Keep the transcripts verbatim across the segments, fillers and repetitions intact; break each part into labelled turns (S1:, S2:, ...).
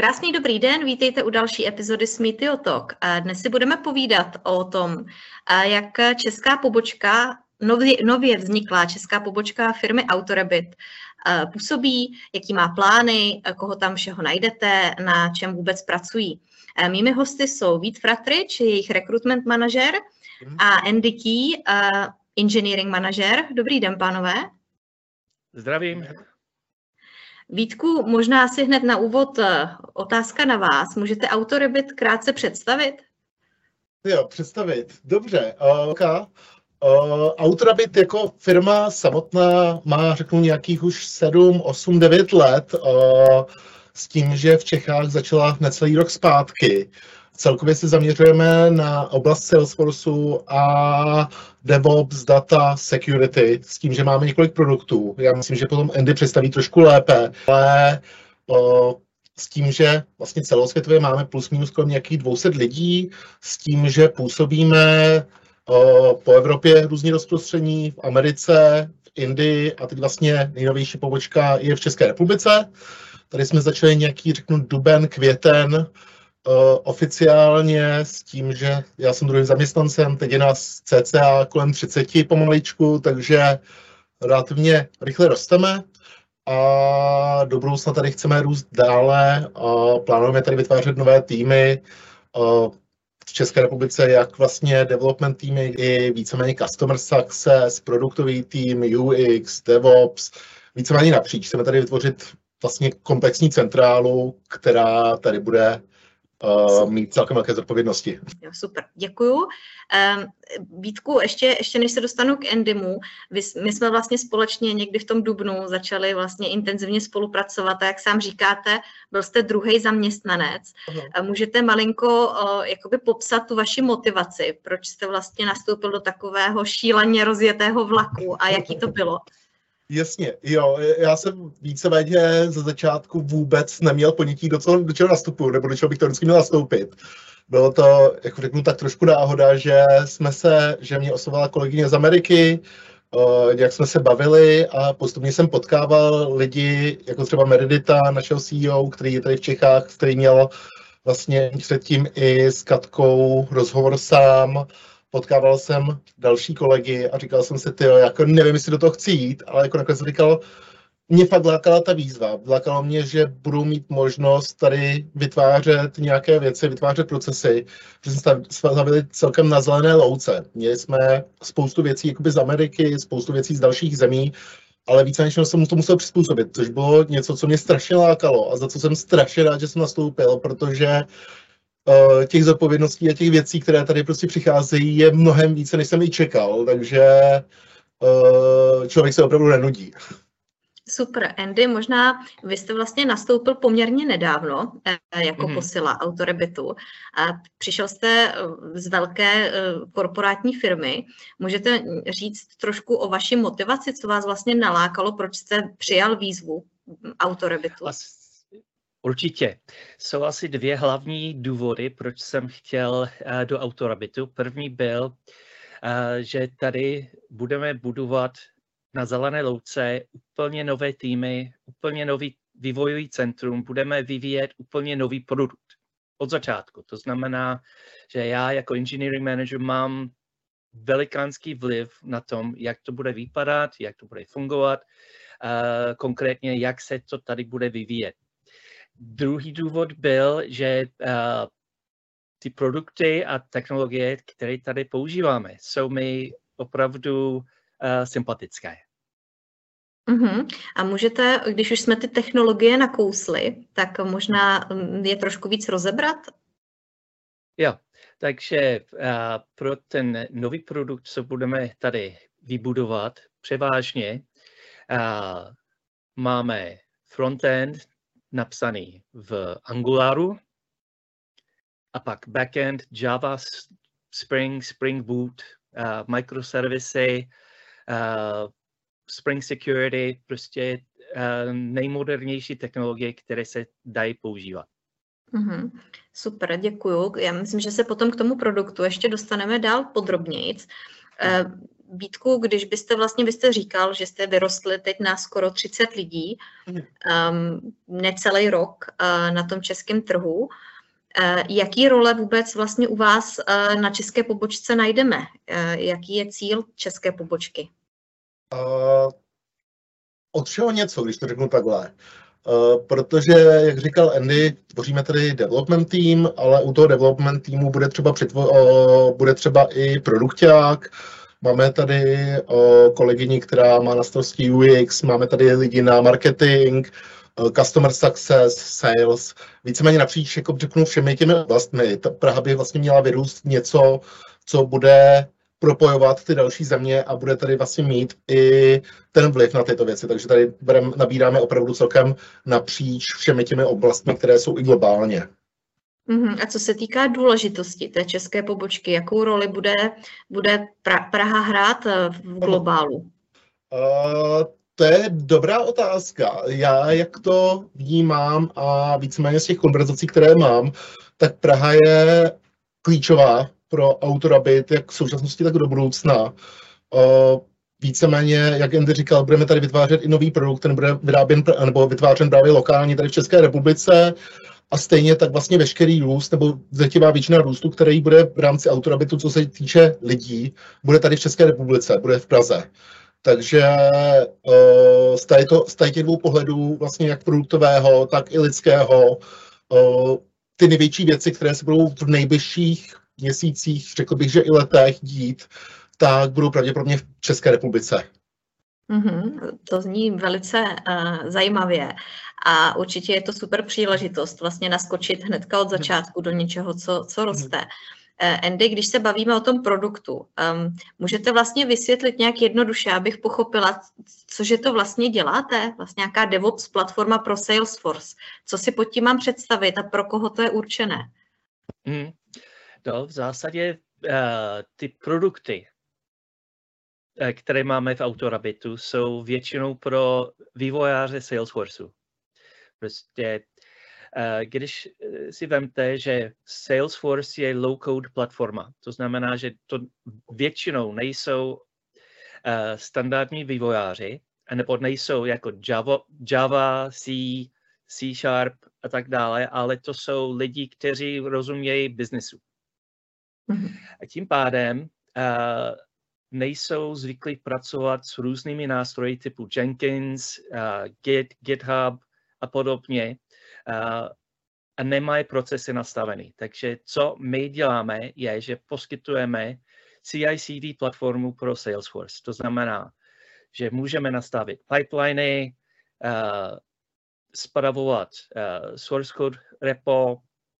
S1: Krásný dobrý den, vítejte u další epizody Smitio Talk. Dnes si budeme povídat o tom, jak česká pobočka, nově, nově vzniklá česká pobočka firmy Autorabbit působí, jaký má plány, koho tam všeho najdete, na čem vůbec pracují. Mými hosty jsou Vít Fratryč, jejich recruitment manažer, a Andy Key, engineering manažer. Dobrý den, pánové.
S2: Zdravím.
S1: Vítku, možná si hned na úvod otázka na vás. Můžete Autorabbit krátce představit?
S3: Jo, představit. Dobře. Okay. Uh, Autorabbit jako firma samotná má, řeknu, nějakých už sedm, osm, devět let uh, s tím, že v Čechách začala necelý rok zpátky. Celkově se zaměřujeme na oblast Salesforceu a DevOps, data, security, s tím, že máme několik produktů. Já myslím, že potom Andy představí trošku lépe, ale o, s tím, že vlastně celosvětově máme plus minus kolem nějakých dvě stě lidí, s tím, že působíme o, po Evropě různě rozprostření, v Americe, v Indii a teď vlastně nejnovější pobočka je v České republice. Tady jsme začali nějaký, řeknu, duben, květen, Uh, oficiálně s tím, že já jsem druhým zaměstnancem, teď je nás cca kolem třicet pomaličku, takže relativně rychle rosteme a do budoucna tady chceme růst dále a plánujeme tady vytvářet nové týmy uh, v České republice, jak vlastně development týmy i víceméně customer success, produktový tým, U X, DevOps, víceméně napříč. Chceme tady vytvořit vlastně komplexní centrálu, která tady bude Uh, mít celkem velké zodpovědnosti.
S1: Jo, super, děkuju. Um, Vítku, ještě, ještě než se dostanu k Andymu, vy, my jsme vlastně společně někdy v tom dubnu začali vlastně intenzivně spolupracovat a jak sám říkáte, byl jste druhý zaměstnanec. Uh, můžete malinko uh, jakoby popsat tu vaši motivaci, proč jste vlastně nastoupil do takového šíleně rozjetého vlaku a jaký to bylo?
S3: Jasně, jo, já jsem víceméně ze začátku vůbec neměl ponětí, do, co, do čeho nastupuju, nebo do čeho bych to vždycky měl nastoupit. Bylo to, jako řeknu, tak trošku náhoda, že jsme se, že mě oslovovala kolegyně z Ameriky, uh, nějak jsme se bavili a postupně jsem potkával lidi, jako třeba Meredita, našeho C E O, který je tady v Čechách, který měl vlastně předtím i s Katkou rozhovor sám. Potkával jsem další kolegy a říkal jsem si, tyjo, jako nevím, jestli do toho chci jít, ale jako nakonec jsem říkal, mě fakt lákala ta výzva. Lákalo mě, že budou mít možnost tady vytvářet nějaké věci, vytvářet procesy, že jsme stavili celkem na zelené louce. Měli jsme spoustu věcí jakoby z Ameriky, spoustu věcí z dalších zemí, ale více než jsem to musel přizpůsobit, což bylo něco, co mě strašně lákalo a za co jsem strašně rád, že jsem nastoupil, protože těch zodpovědností a těch věcí, které tady prostě přicházejí, je mnohem více, než jsem i čekal, takže člověk se opravdu nenudí.
S1: Super, Andy, možná vy jste vlastně nastoupil poměrně nedávno jako mm-hmm. posila Autorabbitu a přišel jste z velké korporátní firmy. Můžete říct trošku o vaší motivaci, co vás vlastně nalákalo, proč jste přijal výzvu Autorabbitu?
S2: Určitě. Jsou asi dvě hlavní důvody, proč jsem chtěl uh, do Autorabbitu. První byl, uh, že tady budeme budovat na zelené louce úplně nové týmy, úplně nový vývojový centrum, budeme vyvíjet úplně nový produkt od začátku. To znamená, že já jako engineering manager mám velikánský vliv na tom, jak to bude vypadat, jak to bude fungovat, uh, konkrétně jak se to tady bude vyvíjet. Druhý důvod byl, že uh, ty produkty a technologie, které tady používáme, jsou mi opravdu uh, sympatické.
S1: Uh-huh. A můžete, když už jsme ty technologie nakousli, tak možná je trošku víc rozebrat?
S2: Jo, takže uh, pro ten nový produkt, co budeme tady vybudovat, převážně uh, máme frontend, napsaný v Angularu a pak backend Java, Spring, Spring Boot, uh, microservisy, uh, Spring Security, prostě uh, nejmodernější technologie, které se dají používat.
S1: Mm-hmm. Super, děkuju. Já myslím, že se potom k tomu produktu ještě dostaneme dál podrobněji. Uh, Vítku, když byste vlastně, byste říkal, že jste vyrostli teď na skoro třicet lidí, um, necelý rok uh, na tom českém trhu, uh, jaký role vůbec vlastně u vás uh, na české pobočce najdeme? Uh, jaký je cíl české pobočky?
S3: Uh, od všeho něco, když to řeknu takhle. Uh, protože, jak říkal Andy, tvoříme tady development team, ale u toho development týmu bude třeba, přitvo- uh, bude třeba i produkták. Máme tady uh, kolegyni, která má na starosti U X, máme tady lidi na marketing, uh, customer success, sales, víceméně napříč, jako řeknu, všemi těmi oblastmi. Ta Praha by vlastně měla vyrůst něco, co bude propojovat ty další země a bude tady vlastně mít i ten vliv na tyto věci. Takže tady berem, nabíráme opravdu celkem napříč všemi těmi oblastmi, které jsou i globálně.
S1: A co se týká důležitosti té české pobočky, jakou roli bude, bude pra, Praha hrát v globálu?
S3: Uh, to je dobrá otázka. Já, jak to vnímám a víceméně z těch konverzací, které mám, tak Praha je klíčová pro Autorabit, jak v současnosti, tak do budoucna. Uh, víceméně, jak Andy říkal, budeme tady vytvářet i nový produkt, ten bude vyráběn nebo vytvářen právě lokálně tady v České republice. A stejně tak vlastně veškerý růst, nebo drtivá většina růstu, který bude v rámci Autorabitu, co se týče lidí, bude tady v České republice, bude v Praze. Takže uh, z, této, z těch dvou pohledů, vlastně jak produktového, tak i lidského, uh, ty největší věci, které se budou v nejbližších měsících, řekl bych, že i letech dít, tak budou pravděpodobně v České republice.
S1: Mm-hmm, to zní velice uh, zajímavě a určitě je to super příležitost vlastně naskočit hnedka od začátku do něčeho, co, co roste. Uh, Andy, když se bavíme o tom produktu, um, můžete vlastně vysvětlit nějak jednoduše, abych pochopila, cože to vlastně děláte? Vlastně nějaká DevOps platforma pro Salesforce. Co si pod tím mám představit a pro koho to je určené?
S2: Mm. No, v zásadě uh, ty produkty, které máme v Autorabitu, jsou většinou pro vývojáře Salesforceu. Prostě, když si vemte, že Salesforce je low-code platforma, to znamená, že to většinou nejsou standardní vývojáři, nebo nejsou jako Java, Java C, C Sharp a tak dále, ale to jsou lidi, kteří rozumějí biznesu. Mm-hmm. A tím pádem nejsou zvyklí pracovat s různými nástroji typu Jenkins, uh, Git, GitHub a podobně uh, a nemají procesy nastavený. Takže co my děláme, je, že poskytujeme C I C D platformu pro Salesforce. To znamená, že můžeme nastavit pipeliny, uh, spravovat uh, source code repo,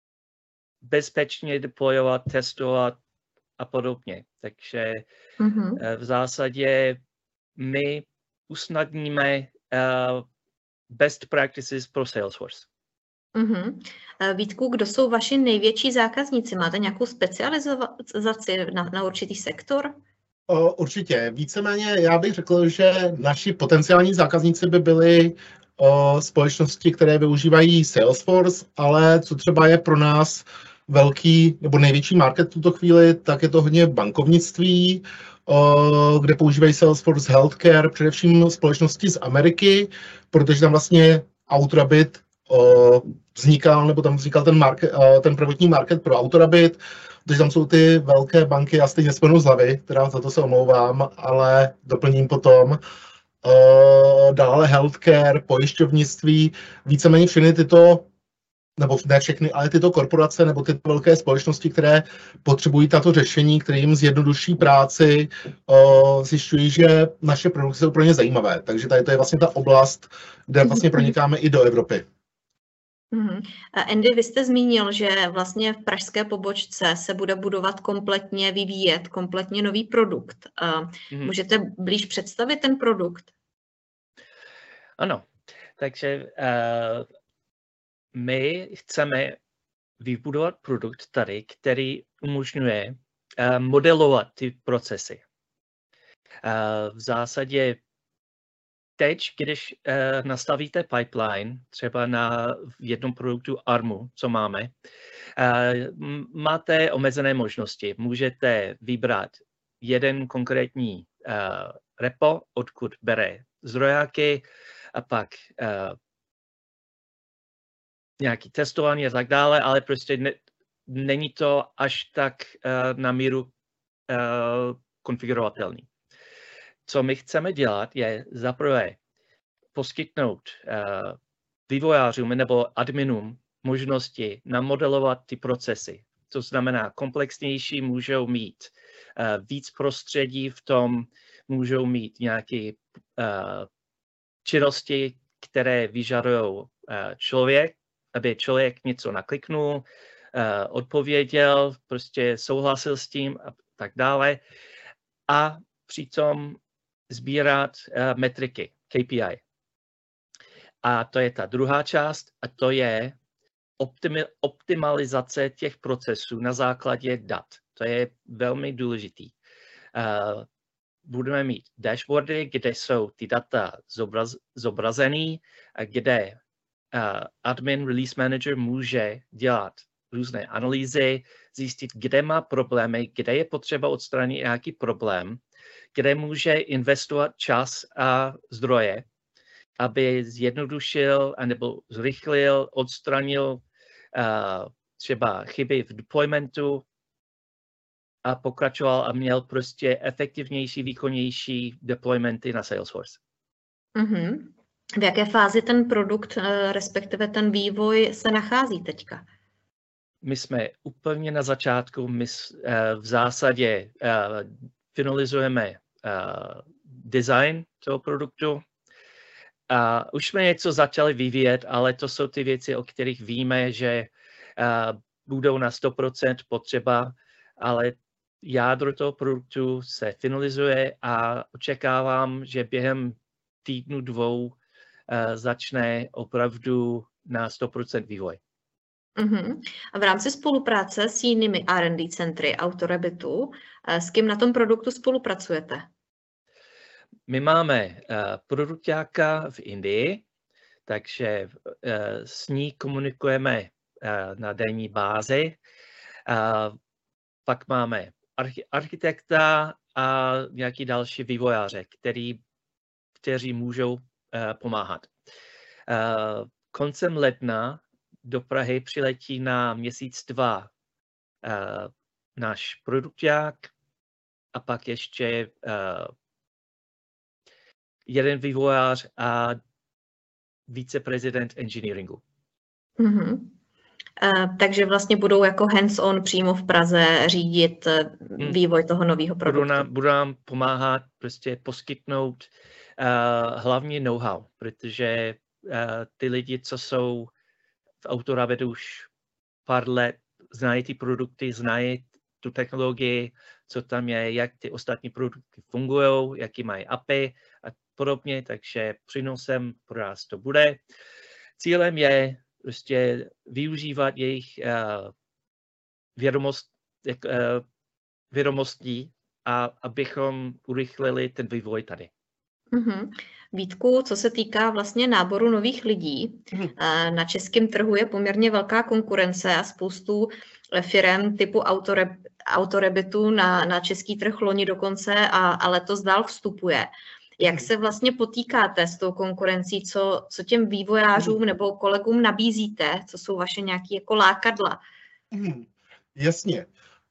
S2: bezpečně deployovat, testovat a podobně. Takže mm-hmm. v zásadě my usnadníme uh, best practices pro Salesforce.
S1: Mm-hmm. Vítku, kdo jsou vaši největší zákazníci? Máte nějakou specializaci na, na určitý sektor?
S3: O, určitě. Víceméně já bych řekl, že naši potenciální zákazníci by byli o, společnosti, které využívají Salesforce, ale co třeba je pro nás velký nebo největší market v tuto chvíli, tak je to hodně bankovnictví, kde používají Salesforce Healthcare, především společnosti z Ameriky, protože tam vlastně Autorabit vznikal, nebo tam vznikal ten, market, ten prvotní market pro Autorabit, protože tam jsou ty velké banky, já stejně vzpomenu z hlavy, teda za to se omlouvám, ale doplním potom. Dále healthcare, pojišťovnictví, víceméně všechny tyto nebo ne všechny, ale tyto korporace nebo ty velké společnosti, které potřebují tato řešení, které jim zjednoduší práci, zjišťují, že naše produkty jsou pro ně zajímavé. Takže tady to je vlastně ta oblast, kde vlastně pronikáme i do Evropy.
S1: Mm-hmm. Andy, vy jste zmínil, že vlastně v pražské pobočce se bude budovat kompletně, vyvíjet kompletně nový produkt. Mm-hmm. Můžete blíž představit ten produkt?
S2: Ano, takže uh... my chceme vybudovat produkt tady, který umožňuje uh, modelovat ty procesy. Uh, v zásadě teď, když uh, nastavíte pipeline, třeba na jednom produktu Armu, co máme, uh, máte omezené možnosti. Můžete vybrat jeden konkrétní repo, odkud bere zdrojáky a pak uh, nějaký testování a tak dále, ale prostě ne, není to až tak uh, na míru uh, konfigurovatelný. Co my chceme dělat, je zaprvé poskytnout uh, vývojářům nebo adminům možnosti namodelovat ty procesy. To znamená, komplexnější můžou mít uh, víc prostředí v tom, můžou mít nějaké uh, činnosti, které vyžadují uh, člověk, aby člověk něco nakliknul, uh, odpověděl, prostě souhlasil s tím a tak dále. A přitom sbírat uh, metriky, K P I. A to je ta druhá část, a to je optimi- optimalizace těch procesů na základě dat. To je velmi důležitý. Uh, budeme mít dashboardy, kde jsou ty data zobraz- zobrazený, a kde uh, admin release manager může dělat různé analýzy, zjistit, kde má problémy, kde je potřeba odstranit nějaký problém, kde může investovat čas a zdroje, aby zjednodušil anebo zrychlil, odstranil uh, třeba chyby v deploymentu a pokračoval a měl prostě efektivnější, výkonnější deploymenty na Salesforce.
S1: Mm-hmm. V jaké fázi ten produkt, respektive ten vývoj se nachází teďka?
S2: My jsme úplně na začátku, my v zásadě finalizujeme design toho produktu. A už jsme něco začali vyvíjet, ale to jsou ty věci, o kterých víme, že budou na sto procent potřeba, ale jádro toho produktu se finalizuje a očekávám, že během týdnu, dvou uh, začne opravdu na sto procent vývoj.
S1: Uh-huh. A v rámci spolupráce s jinými R and D centry Autorabitu, s kým na tom produktu spolupracujete?
S2: My máme uh, produktáka v Indii, takže uh, s ní komunikujeme uh, na denní bázi. Uh, pak máme archi- architekta a nějaký další vývojáře, který, kteří můžou uh, pomáhat. Uh, koncem ledna do Prahy přiletí na měsíc dva uh, náš produkták a pak ještě uh, jeden vývojář a viceprezident engineeringu.
S1: Mm-hmm. Uh, takže vlastně budou jako hands-on přímo v Praze řídit uh, vývoj toho nového produktu.
S2: Budou nám, budou nám pomáhat prostě poskytnout uh, hlavně know-how, protože uh, ty lidi, co jsou v Autorabitu už pár let, znají ty produkty, znají tu technologii, co tam je, jak ty ostatní produkty fungují, jaký mají A P I a podobně, takže přínosem pro nás to bude. Cílem je prostě využívat jejich uh, vědomost, uh, vědomostí, a abychom urychlili ten vývoj tady.
S1: Mm-hmm. Vítku, co se týká vlastně náboru nových lidí, mm-hmm. na českém trhu je poměrně velká konkurence a spoustu firem typu Autorab, Autorabitu na, na český trh loni dokonce a, a letos dál vstupuje. Jak se vlastně potýkáte s tou konkurencí, co, co těm vývojářům nebo kolegům nabízíte, co jsou vaše nějaké jako lákadla?
S3: Hmm, jasně.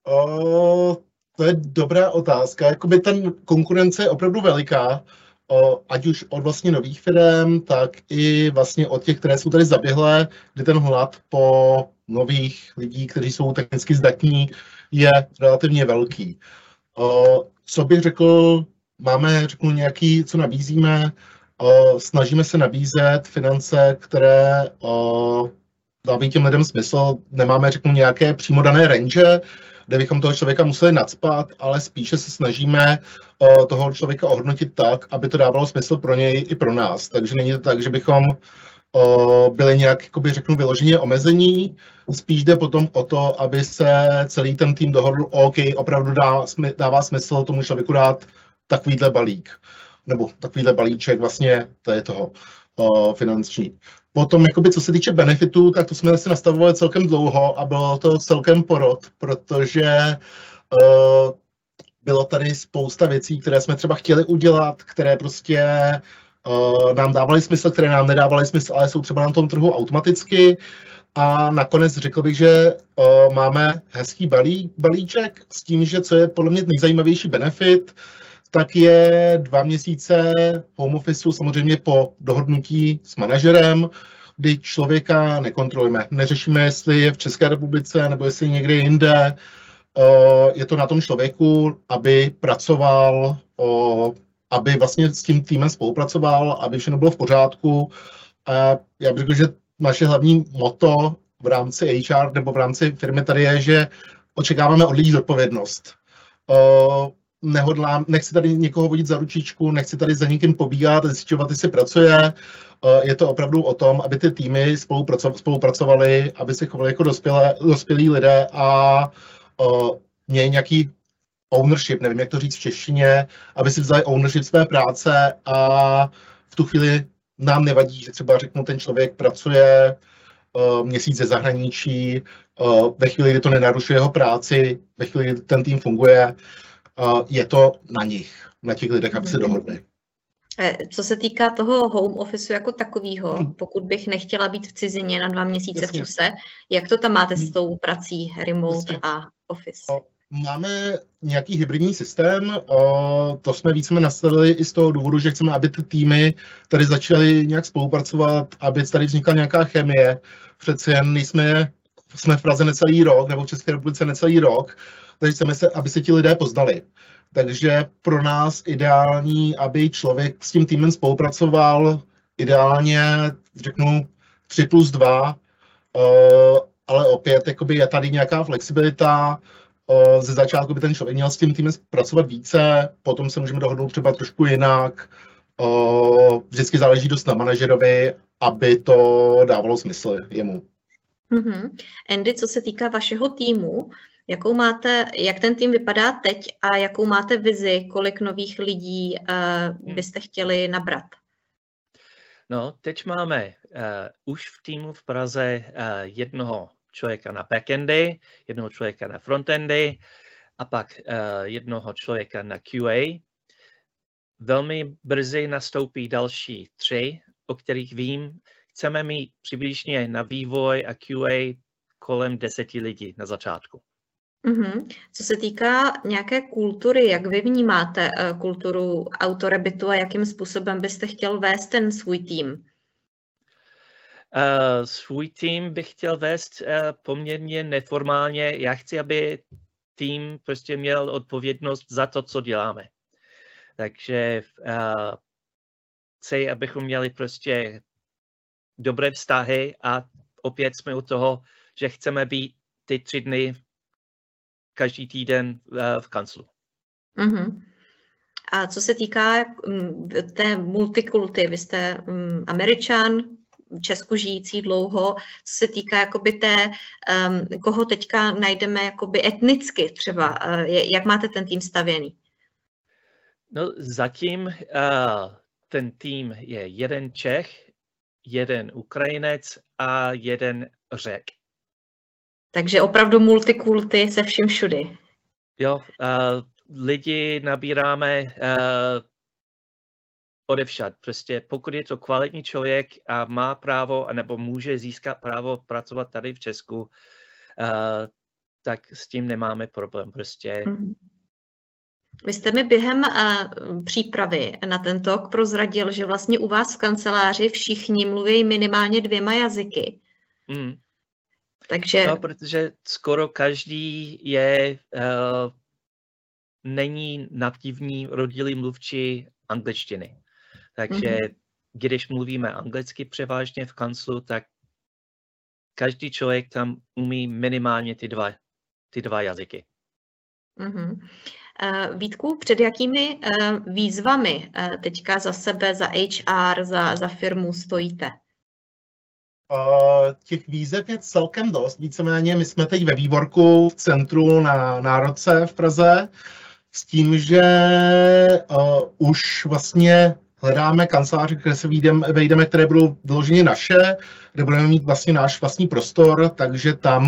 S3: O, to je dobrá otázka. Jakoby ten konkurence je opravdu veliká, o, ať už od vlastně nových firm, tak i vlastně od těch, které jsou tady zaběhlé, kdy ten hlad po nových lidí, kteří jsou technicky zdatní, je relativně velký. O, co bych řekl, máme, řeknu, nějaký, co nabízíme, o, snažíme se nabízet finance, které o, dávají těm lidem smysl. Nemáme, řeknu, nějaké přímo dané range, kde bychom toho člověka museli nacpat, ale spíše se snažíme o, toho člověka ohodnotit tak, aby to dávalo smysl pro něj i pro nás. Takže není to tak, že bychom o, byli nějak, jakoby, řeknu, vyloženě omezení. Spíš jde potom o to, aby se celý ten tým dohodl, OK, opravdu dá, dává smysl tomu člověku dát takovýhle balík, nebo takovýhle balíček, vlastně to je toho o, finanční. Potom, jakoby, co se týče benefitů, tak to jsme si nastavovali celkem dlouho a bylo to celkem porod, protože uh, bylo tady spousta věcí, které jsme třeba chtěli udělat, které prostě uh, nám dávaly smysl, které nám nedávaly smysl, ale jsou třeba na tom trhu automaticky. A nakonec řekl bych, že uh, máme hezký balí, balíček s tím, že co je podle mě nejzajímavější benefit, tak je dva měsíce home officeu, samozřejmě po dohodnutí s manažerem, kdy člověka nekontrolujeme. Neřešíme, jestli je v České republice nebo jestli někde jinde. Je to na tom člověku, aby pracoval, aby vlastně s tím týmem spolupracoval, aby všechno bylo v pořádku. A já bych řekl, že naše hlavní motto v rámci H R nebo v rámci firmy tady je, že očekáváme od lidí zodpovědnost. Nehodlám, nechci tady někoho vodit za ručičku, nechci tady za někým pobíhat, zjišťovat, jestli pracuje. Je to opravdu o tom, aby ty týmy spolupracovaly, aby se chovali jako dospělé, dospělí lidé a uh, měli nějaký ownership, nevím, jak to říct v češtině, aby si vzali ownership své práce a v tu chvíli nám nevadí, že třeba řeknu, ten člověk pracuje uh, měsíc ze zahraničí, uh, ve chvíli, kdy to nenarušuje jeho práci, ve chvíli, kdy ten tým funguje, uh, je to na nich, na těch lidech, aby se dohodli.
S1: Co se týká toho home officeu jako takového, pokud bych nechtěla být v cizině na dva měsíce Jasně. v čase, jak to tam máte s tou prací remote Jasně. a office?
S3: Máme nějaký hybridní systém, to jsme více nastavili i z toho důvodu, že chceme, aby ty týmy tady začaly nějak spolupracovat, aby tady vznikla nějaká chemie. Přece jen jsme, jsme v Praze necelý rok, nebo v České republice necelý rok, takže chceme, se, aby se ti lidé poznali. Takže pro nás ideální, aby člověk s tím týmem spolupracoval, ideálně, řeknu, tři plus dva, ale opět jakoby je tady nějaká flexibilita. Ze začátku by ten člověk měl s tím týmem pracovat více, potom se můžeme dohodnout třeba trošku jinak. Vždycky záleží dost na manažerovi, aby to dávalo smysl jemu.
S1: Mm-hmm. Andy, co se týká vašeho týmu, jakou máte, jak ten tým vypadá teď a jakou máte vizi, kolik nových lidí uh, byste chtěli nabrat?
S2: No, teď máme uh, už v týmu v Praze uh, jednoho člověka na backendy, jednoho člověka na frontendy a pak uh, jednoho člověka na Q A. Velmi brzy nastoupí další tři, o kterých vím. Chceme mít přibližně na vývoj a Q A kolem deseti lidí na začátku.
S1: Mm-hmm. Co se týká nějaké kultury, jak vy vnímáte uh, kulturu Autorabitu a jakým způsobem byste chtěl vést ten svůj tým?
S2: Uh, svůj tým bych chtěl vést uh, poměrně neformálně. Já chci, aby tým prostě měl odpovědnost za to, co děláme. Takže uh, chci, abychom měli prostě dobré vztahy a opět jsme u toho, že chceme být ty tři dny každý týden uh, v kanclu.
S1: Uh-huh. A co se týká um, té multikulty, vy jste um, Američan, v Česku žijící dlouho, co se týká jakoby té, um, koho teďka najdeme jakoby etnicky třeba, uh, jak máte ten tým stavěný?
S2: No zatím uh, ten tým je jeden Čech, jeden Ukrajinec a jeden Řek.
S1: Takže opravdu multikulty se vším všudy.
S2: Jo, uh, lidi nabíráme uh, odevšad. Prostě pokud je to kvalitní člověk a má právo, anebo může získat právo pracovat tady v Česku, uh, tak s tím nemáme problém. Prostě.
S1: Mm-hmm. Vy jste mi během uh, přípravy na ten talk prozradil, že vlastně u vás v kanceláři všichni mluví minimálně dvěma jazyky. Mm. Takže...
S2: No, protože skoro každý je, uh, není nativní rodilý mluvčí angličtiny. Takže mm-hmm. když mluvíme anglicky převážně v kanclu, tak každý člověk tam umí minimálně ty dva, ty dva jazyky.
S1: Mm-hmm. Uh, Vítku, před jakými uh, výzvami uh, teďka za sebe, za H R, za, za firmu stojíte?
S3: Uh, těch výzev je celkem dost, víceméně my jsme teď ve výborku v centru na Národce v Praze s tím, že uh, už vlastně hledáme kanceláře, které se vejdeme, vejdeme, které budou vyloženě naše, kde budeme mít vlastně náš vlastní prostor, takže tam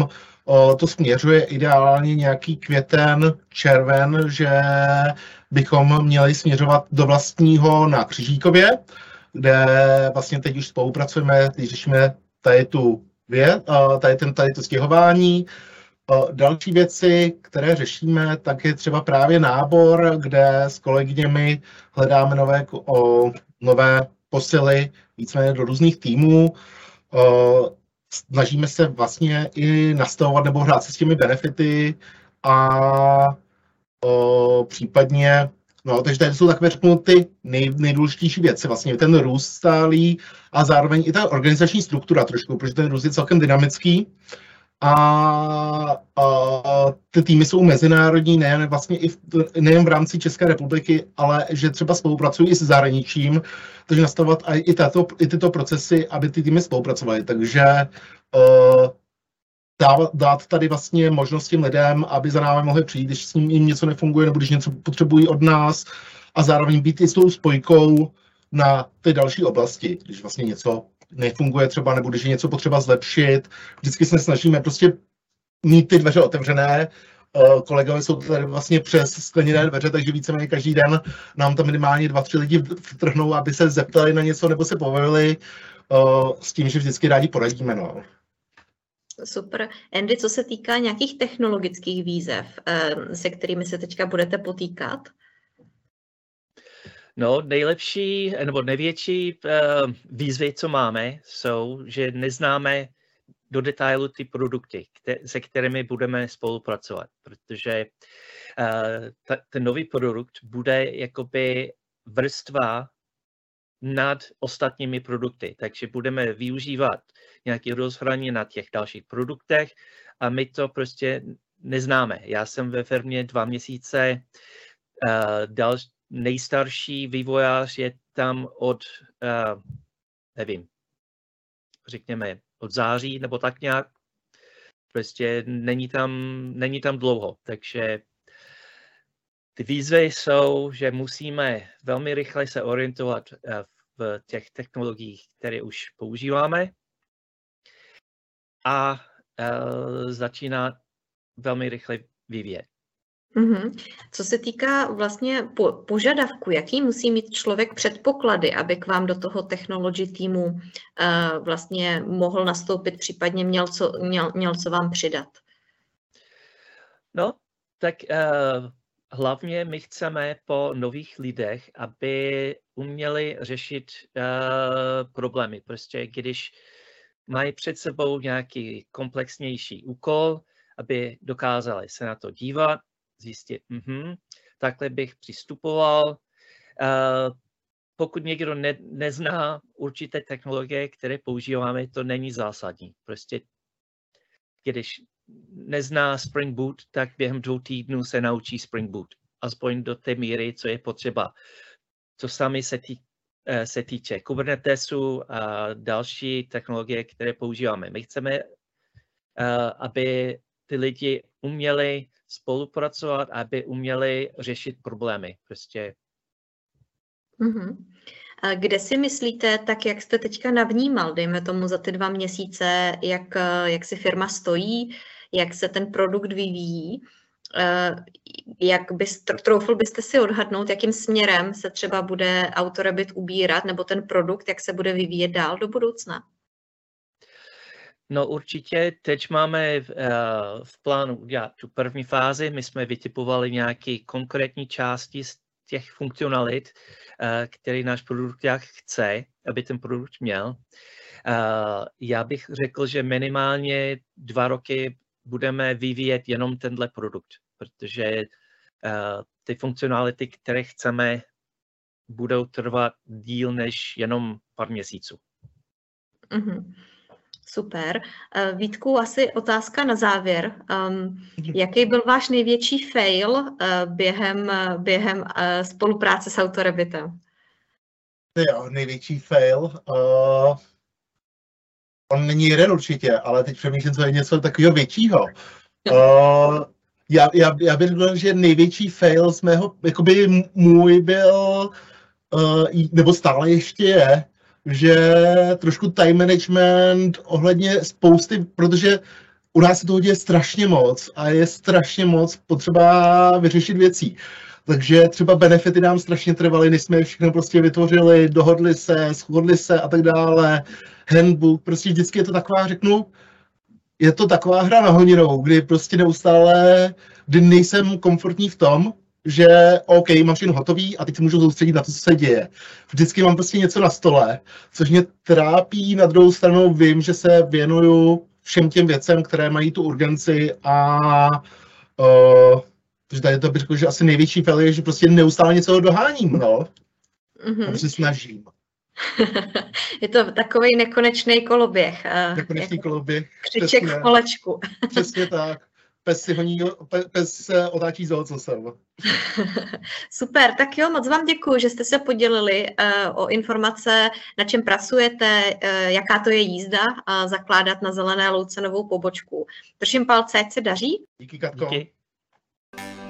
S3: o, to směřuje ideálně nějaký květen, červen, že bychom měli směřovat do vlastního na Křižíkově, kde vlastně teď už spolupracujeme, teď řešíme tady tu věc, tady, ten, tady to stěhování. Další věci, které řešíme, tak je třeba právě nábor, kde s kolegyněmi hledáme nové, o, nové posily, víceméně do různých týmů. O, snažíme se vlastně i nastavovat nebo hrát se s těmi benefity a o, případně, no, takže tady jsou takové, řeknu, ty nej, nejdůležitější věci, vlastně ten růst stálý a zároveň i ta organizační struktura trošku, protože ten růst je celkem dynamický. A, a ty týmy jsou mezinárodní, nejen vlastně i v, nejen v rámci České republiky, ale že třeba spolupracují i s zahraničím, takže nastavovat i, tato, i tyto procesy, aby ty týmy spolupracovaly. Takže uh, dát, dát tady vlastně možnost těm lidem, aby za námi mohli přijít, když s ním jim něco nefunguje, nebo když něco potřebují od nás, a zároveň být i s tou spojkou na ty další oblasti, když vlastně něco nefunguje třeba, nebo když je něco potřeba zlepšit. Vždycky se snažíme prostě mít ty dveře otevřené. Kolegové jsou tady vlastně přes skleněné dveře, takže víceméně každý den nám tam minimálně dva, tři lidi vtrhnou, aby se zeptali na něco nebo se pobavili, s tím, že vždycky rádi poradíme. No.
S1: Super. Andy, co se týká nějakých technologických výzev, se kterými se teďka budete potýkat?
S2: No, nejlepší nebo největší uh, výzvy, co máme, jsou, že neznáme do detailu ty produkty, kte- se kterými budeme spolupracovat, protože uh, ta, ten nový produkt bude jakoby vrstva nad ostatními produkty, takže budeme využívat nějaké rozhraní na těch dalších produktech a my to prostě neznáme. Já jsem ve firmě dva měsíce, uh, další nejstarší vývojář je tam od, uh, nevím, řekněme, od září nebo tak nějak. Prostě není tam, není tam dlouho. Takže ty výzvy jsou, že musíme velmi rychle se orientovat uh, v těch technologiích, které už používáme, a uh, začínat velmi rychle vyvíjet.
S1: Mm-hmm. Co se týká vlastně po, požadavku, jaký musí mít člověk předpoklady, aby k vám do toho technology týmu uh, vlastně mohl nastoupit, případně měl co, měl, měl co vám přidat?
S2: No, tak uh, hlavně my chceme po nových lidech, aby uměli řešit uh, problémy. Prostě když mají před sebou nějaký komplexnější úkol, aby dokázali se na to dívat, zjistit, mm-hmm, takhle bych přistupoval. Uh, pokud někdo ne, nezná určité technologie, které používáme, to není zásadní. Prostě když nezná Spring Boot, tak během dvou týdnů se naučí Spring Boot. Aspoň do té míry, co je potřeba. To samé se, tý, se týče Kubernetesu a další technologie, které používáme. My chceme, uh, aby ty lidi uměli spolupracovat, aby uměli řešit problémy. Prostě.
S1: Mm-hmm. A kde si myslíte, tak jak jste teďka navnímal, dejme tomu za ty dva měsíce, jak, jak si firma stojí, jak se ten produkt vyvíjí, jak byste, troufl byste si odhadnout, jakým směrem se třeba bude Autorabbit ubírat, nebo ten produkt, jak se bude vyvíjet dál do budoucna?
S2: No určitě, teď máme v, uh, v plánu udělat tu první fázi. My jsme vytipovali nějaké konkrétní části z těch funkcionalit, uh, které náš produkt chce, aby ten produkt měl. Uh, já bych řekl, že minimálně dva roky budeme vyvíjet jenom tenhle produkt, protože uh, ty funkcionality, které chceme, budou trvat díl než jenom pár měsíců.
S1: Mm-hmm. Super. Vítku, asi otázka na závěr. Um, jaký byl váš největší fail uh, během, během uh, spolupráce s Autorabbitem?
S3: Jo, největší fail. Uh, on není jeden určitě, ale teď přemýšlím, co je něco takového většího. Uh, já, já, já bych řekl, že největší fail z mého, jakoby můj byl, uh, nebo stále ještě je, že trošku time management ohledně spousty, protože u nás se toho děje strašně moc a je strašně moc potřeba vyřešit věcí. Takže třeba benefity nám strašně trvaly, než jsme je všechno prostě vytvořili, dohodli se, shodli se a tak dále. Handbook, prostě vždycky je to taková, řeknu, je to taková hra na honinou, kdy prostě neustále, kdy nejsem komfortní v tom, že OK, mám všechno hotový a teď se můžu soustředit na to, co se děje. Vždycky mám prostě něco na stole, což mě trápí, na druhou stranu vím, že se věnuju všem těm věcem, které mají tu urgenci a uh, takže tady to bych řekl, že asi největší fail je, že prostě neustále něco doháním, no. Mm-hmm. A se snažím.
S1: Je to takový nekonečný koloběh.
S3: Nekonečný jako koloběh.
S1: Křiček v kolečku.
S3: Přesně tak. Pes si honí, pes otáčí za ocasem.
S1: Super, tak jo, moc vám děkuji, že jste se podělili uh, o informace, na čem pracujete, uh, jaká to je jízda a zakládat na Zelené louce novou pobočku. Držím palce, ať se daří.
S3: Díky, Katko. Díky.